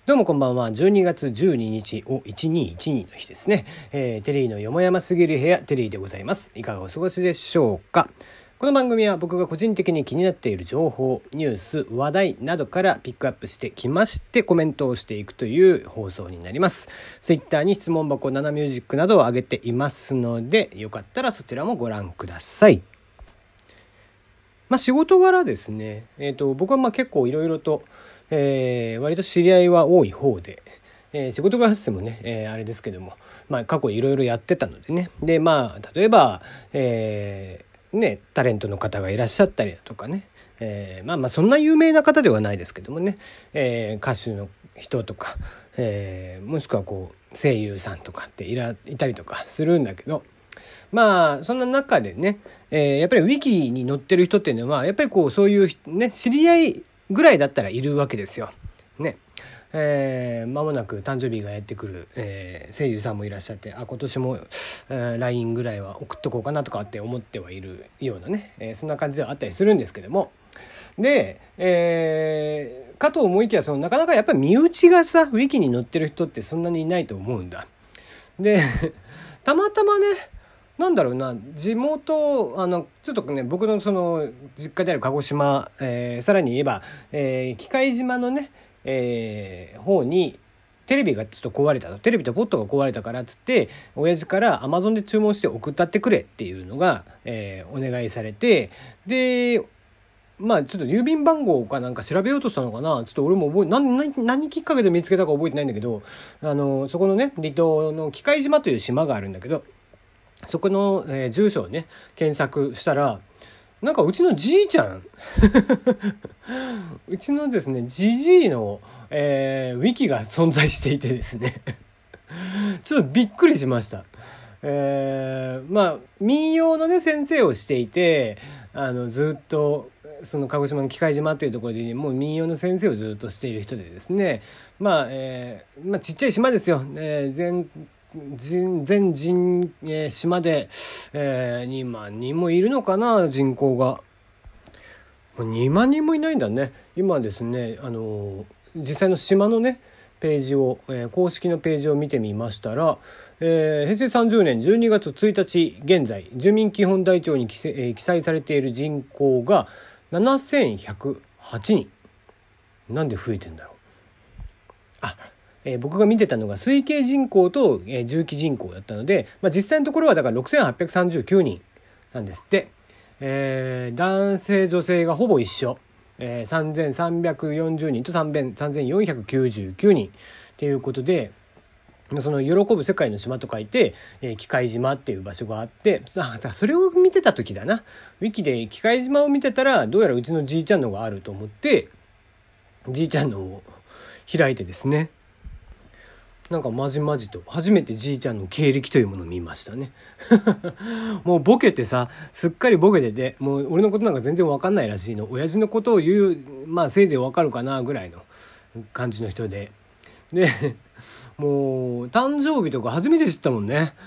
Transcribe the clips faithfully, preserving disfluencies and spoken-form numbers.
どうもこんばんは。じゅうにがつじゅうににちをいちにいちにの日ですね、えー、テリーのよもやますぎる部屋、テリーでございます。いかがお過ごしでしょうか。この番組は僕が個人的に気になっている情報、ニュース、話題などからピックアップしてきましてコメントをしていくという放送になります。ツイッターに質問箱、ナナミュージックなどを上げていますので、よかったらそちらもご覧ください。まあ仕事柄ですね、えーと、僕はまあ結構いろいろとえー、割と知り合いは多い方で、えー、仕事がしてもね、えー、あれですけども、まあ、過去いろいろやってたのでね。でまあ例えば、えー、ねタレントの方がいらっしゃったりだとかね、えー、まあまあそんな有名な方ではないですけどもね、えー、歌手の人とか、えー、もしくはこう声優さんとかっていらいたりとかするんだけど、まあそんな中でね、えー、やっぱりウィキに載ってる人っていうのはやっぱりこうそういうね知り合いぐらいだったらいるわけですよ。ね。えー、間もなく誕生日がやってくる、えー、声優さんもいらっしゃって、あ今年も、えー、ライン ぐらいは送っとこうかなとかって思ってはいるようなね、えー、そんな感じではあったりするんですけども、で、えー、かと思いきやそのなかなかやっぱり身内がさウィキに載ってる人ってそんなにいないと思うんだ。でたまたまねなんだろうな地元あのちょっとね僕のその実家である鹿児島、えー、さらに言えば、えー、喜界島のね、えー、方にテレビがちょっと壊れたとテレビとポットが壊れたからっつって親父からアマゾンで注文して送ったってくれっていうのが、えー、お願いされて、でまあちょっと郵便番号かなんか調べようとしたのかな、ちょっと俺も覚え何何何きっかけで見つけたか覚えてないんだけど、あのそこのね離島の喜界島という島があるんだけど、そこの、えー、住所をね検索したらなんかうちのじいちゃんうちのですねじじいの、えー、ウィキが存在していてですねちょっとびっくりしました。えー、まあ民謡のね先生をしていて、あのずっとその鹿児島の喜界島っていうところでもう民謡の先生をずっとしている人でですね、まあ、えーまあ、ちっちゃい島ですよ、えー、全全人、えー、島で、えー、にまんにんもいるのかな人口が。にまんにんもいないんだね今ですね。あの実際の島のねページを、えー、公式のページを見てみましたら、えー、へいせいさんじゅうねんじゅうにがつついたち現在住民基本台帳に記載、えー、記載されている人口がななせんひゃくはちにん。なんで増えてんだろう。あえー、僕が見てたのが推計人口と、えー、重機人口だったので、まあ、実際のところはだからろくせんはっぴゃくさんじゅうきゅうにんなんですって。えー、男性女性がほぼ一緒、えー、さんぜんさんびゃくよんじゅうにんとさんぜんよんひゃくきゅうじゅうきゅうにんということで、その喜ぶ世界の島と書いて、えー、喜界島っていう場所があって、あそれを見てた時だな、ウィキで喜界島を見てたらどうやらうちのじいちゃんのがあると思ってじいちゃんのを開いてですね、なんかまじまじと初めてじいちゃんの経歴というものを見ましたねもうボケてさすっかりボケてて、もう俺のことなんか全然わかんないらしいの。親父のことを言うまあせいぜいわかるかなぐらいの感じの人で、でもう誕生日とか初めて知ったもんね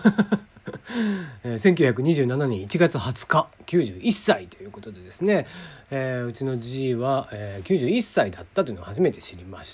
せんきゅうひゃくにじゅうななねんいちがつはつかきゅうじゅういっさいということでですね、えー、うちのじいは、えー、きゅうじゅういっさいだったというのを初めて知りました。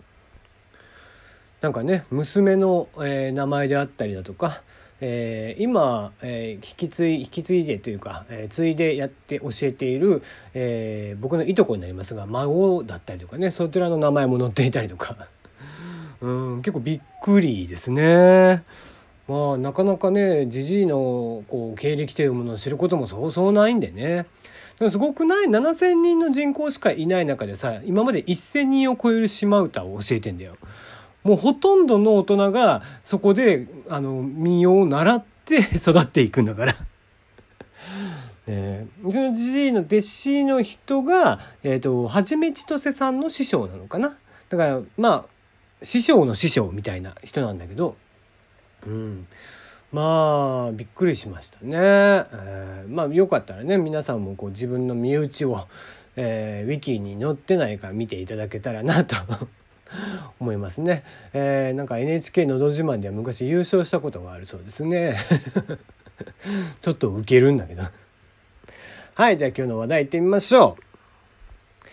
なんかね娘の、えー、名前であったりだとか、えー、今、えー、引き継い引き継いでというか、えー、継いでやって教えている、えー、僕のいとこになりますが孫だったりとかね、そちらの名前も載っていたりとかうん結構びっくりですね。まあなかなかねじじいのこう経歴というものを知ることもそうそうないんでね。でもすごくない？ななせんにんの人口しかいない中でさ、今までせんにんを超える島唄を教えてんだよ。もうほとんどの大人がそこであの民謡を習って育っていくんだからえー、うちのじじいの弟子の人が、えーと、はじめちとせさんの師匠なのかな。だからまあ師匠の師匠みたいな人なんだけど、うん、まあびっくりしましたね。えー、まあよかったらね皆さんもこう自分の身内を、えー、ウィキに載ってないか見ていただけたらなと思いますね。えー、なんか エヌエイチケー のど自慢では昔優勝したことがあるそうですねちょっとウケるんだけどはい、じゃあ今日の話題行ってみましょう。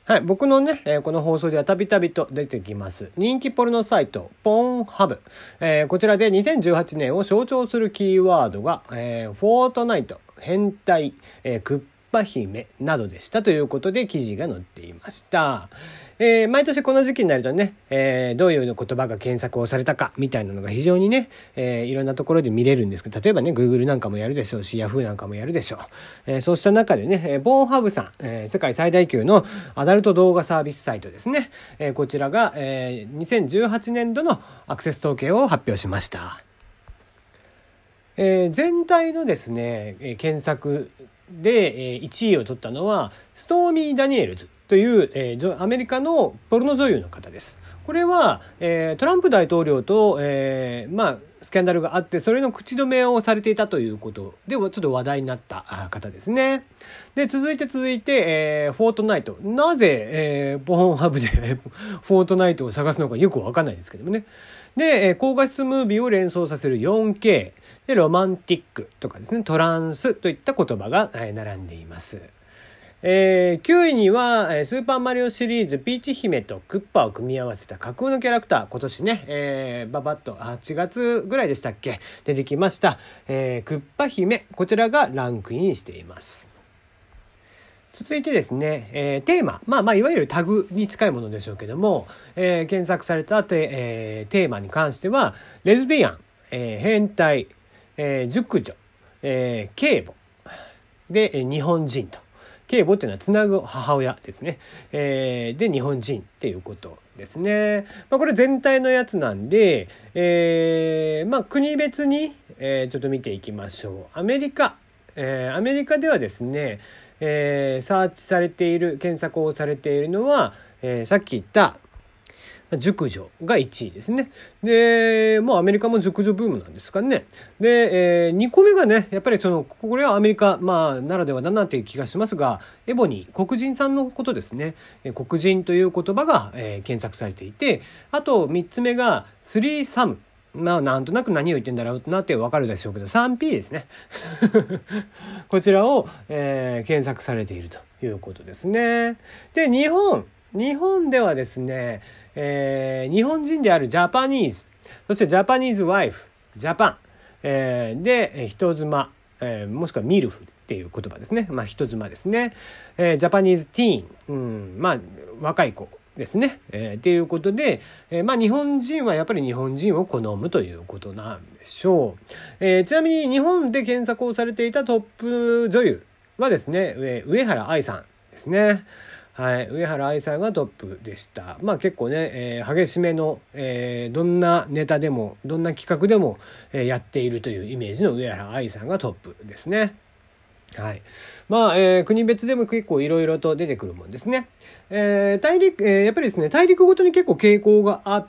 はい、僕のね、えー、この放送ではたびたびと出てきます人気ポルノサイトポンハブ、えー、こちらでにせんじゅうはちねんを象徴するキーワードが、えー、フォートナイト、変態、えー、クッパ姫などでしたということで記事が載っていました。えー、毎年この時期になるとね、えー、どういう言葉が検索をされたかみたいなのが非常にね、えー、いろんなところで見れるんですけど、例えばね Google なんかもやるでしょうし Yahoo なんかもやるでしょう、えー、そうした中でねポーンハブさん、えー、世界最大級のアダルト動画サービスサイトですね、えー、こちらが、えー、にせんじゅうはちねんどのアクセス統計を発表しました。えー、全体のですね、えー、検索で、えー、いちいを取ったのはストーミー・ダニエルズという、えー、アメリカのポルノ女優の方です。これは、えー、トランプ大統領と、えー、まあスキャンダルがあってそれの口止めをされていたということでちょっと話題になった方ですね。で続いて続いて、えー、フォートナイト、なぜ、えー、ポーンハブでフォートナイトを探すのかよくわかんないですけどもね。で、えー、高画質ムービーを連想させる よんケー でロマンティックとかですね、トランスといった言葉が、えー、並んでいます。えー、きゅういにはスーパーマリオシリーズピーチ姫とクッパを組み合わせた架空のキャラクター、今年ね、えー、ババッとはちがつぐらいでしたっけ出てきました、えー、クッパ姫、こちらがランクインしています。続いてですね、えー、テーマ、まあまあいわゆるタグに近いものでしょうけども、えー、検索されたテ、えー、テーマに関してはレズビアン、えー、変態、えー、熟女、えー、警母で、えー、日本人と、警母っていうのはつなぐ母親ですね、えー、で日本人っていうことですね。まあ、これ全体のやつなんで、えー、まあ国別に、えー、ちょっと見ていきましょう。アメリカ、えー、アメリカではですね、えー、サーチされている、検索をされているのは、えー、さっき言った熟女がいちいですね。で、もうアメリカも熟女ブームなんですかね。で、えー、にこめがね、やっぱりその、これはアメリカ、まあ、ならではだなという気がしますが、エボニー、黒人さんのことですね。黒人という言葉が、えー、検索されていて、あとみっつめがスリーサム。まあ、なんとなく何を言ってんだろうなってわかるでしょうけど スリーピー ですねこちらを、えー、検索されているということですね。で、日本日本ではですね、えー、日本人であるジャパニーズ、そしてジャパニーズワイフ、ジャパン、えー、で人妻、えー、もしくはミルフっていう言葉ですね。まあ人妻ですね。えー、ジャパニーズティーン、うん、まあ若い子ですね。えー、っていうことで、えー、まあ日本人はやっぱり日本人を好むということなんでしょう。えー、ちなみに日本で検索をされていたトップ女優はですね、上、上原愛さんですね。はい、上原愛さんがトップでした。まあ結構ね、えー、激しめの、えー、どんなネタでもどんな企画でも、えー、やっているというイメージの上原愛さんがトップですね。はい。まあ、えー、国別でも結構いろいろと出てくるもんですね。えー、大陸、えー、やっぱりですね、大陸ごとに結構傾向があって、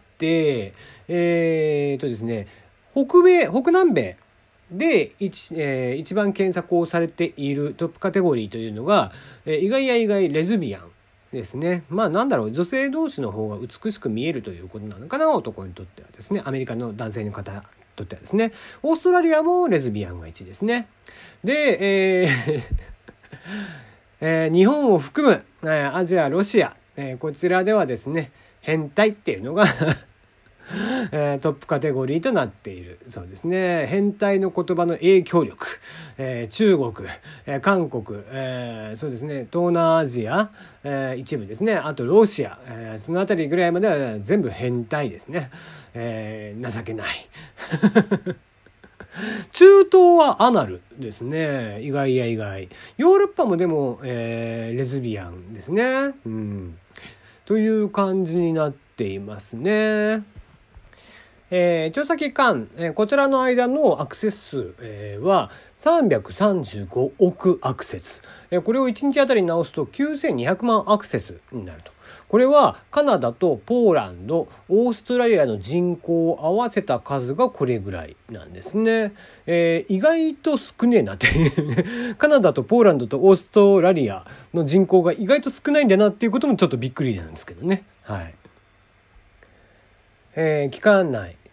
えー、とですね、北米、北南米で 一,、えー、一番検索をされているトップカテゴリーというのが、えー、意外や意外レズビアンですね。まあなんだろう、女性同士の方が美しく見えるということなのかな、男にとってはですね。アメリカの男性の方にとってはですね。オーストラリアもレズビアンがいちですね。で、えーえー、日本を含む、えー、アジア、ロシア、えー、こちらではですね、変態っていうのがえー、トップカテゴリーとなっているそうですね。変態の言葉の影響力、えー、中国、えー、韓国、えー、そうですね、東南アジア、えー、一部ですね、あとロシア、えー、そのあたりぐらいまでは全部変態ですね。えー、情けない中東はアナルですね。意外や意外。ヨーロッパもでも、えー、レズビアンですね。うん。という感じになっていますね。えー、調査期間、えー、こちらの間のアクセス数、えー、はさんびゃくさんじゅうごおくアクセス、えー、これをいちにちあたりに直すときゅうせんにひゃくまんアクセスになると。これはカナダとポーランド、オーストラリアの人口を合わせた数がこれぐらいなんですね。えー、意外と少ねえなってカナダとポーランドとオーストラリアの人口が意外と少ないんだなっていうこともちょっとびっくりなんですけどね。はい。えー、期間内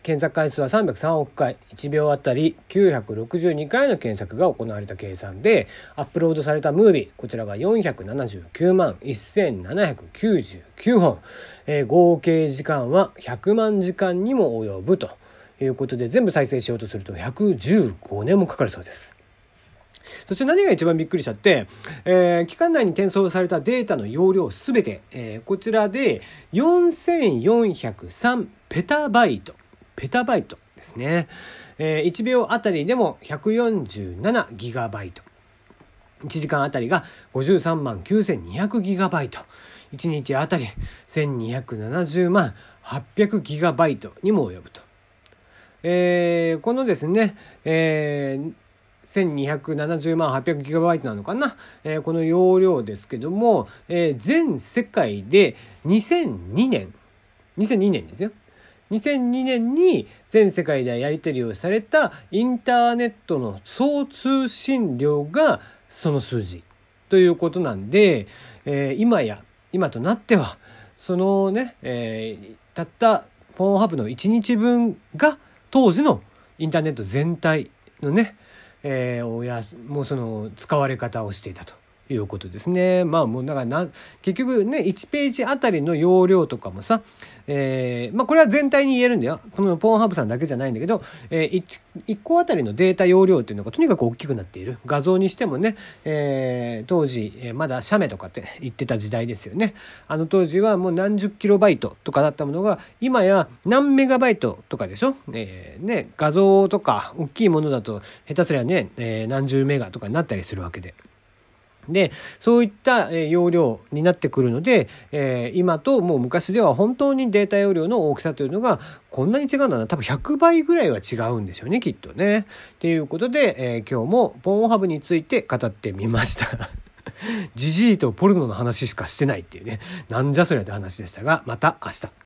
検索回数はさんびゃくさんおくかい、いちびょうあたりきゅうひゃくろくじゅうにかいの検索が行われた計算で、アップロードされたムービー、こちらがよんひゃくななじゅうきゅうまんせんななひゃくきゅうじゅうきゅうほん、えー、合計時間はひゃくまんじかんにも及ぶということで、全部再生しようとするとひゃくじゅうごねんもかかるそうです。そして何が一番びっくりしたって、えー、期間内に転送されたデータの容量すべて、えー、こちらでよんせんよんひゃくさんペタバイトペタバイトですね、えー、いちびょうあたりでもひゃくよんじゅうななギガバイト、いちじかんあたりがごじゅうさんまんきゅうせんにひゃくギガバイト、いちにちあたりせんにひゃくななじゅうまんはっぴゃくギガバイトにも及ぶと、えー、このですね、えーせんにひゃくななじゅうまんはっぴゃくギガバイトなのかな、えー、この容量ですけども、えー、全世界でにせんにねんにせんにねんですよ。にせんにねんに全世界でやり取りをされたインターネットの総通信量がその数字ということなんで、えー、今や今となってはそのね、えー、たったポーンハブのいちにちぶんが当時のインターネット全体のね、えー、おやもうその使われ方をしていたということですね。まあもうだからな結局ねいちページあたりの容量とかもさ、えー、まあこれは全体に言えるんだよ。このポーンハブさんだけじゃないんだけど、えー、1, いっこあたりのデータ容量っていうのがとにかく大きくなっている。画像にしてもね、えー、当時、えー、まだ写メとかって言ってた時代ですよね。あの当時はもう何十キロバイトとかだったものが今や何メガバイトとかでしょ。えー、ね画像とか大きいものだと下手すりゃね、えー、何十メガとかになったりするわけで。でそういった容量になってくるので、えー、今ともう昔では本当にデータ容量の大きさというのがこんなに違うんだな、多分ひゃくばいぐらいは違うんでしょうねきっとね。ということで、えー、今日もポーンハブについて語ってみましたジジイとポルノの話しかしてないっていうね、なんじゃそりゃって話でしたが、また明日。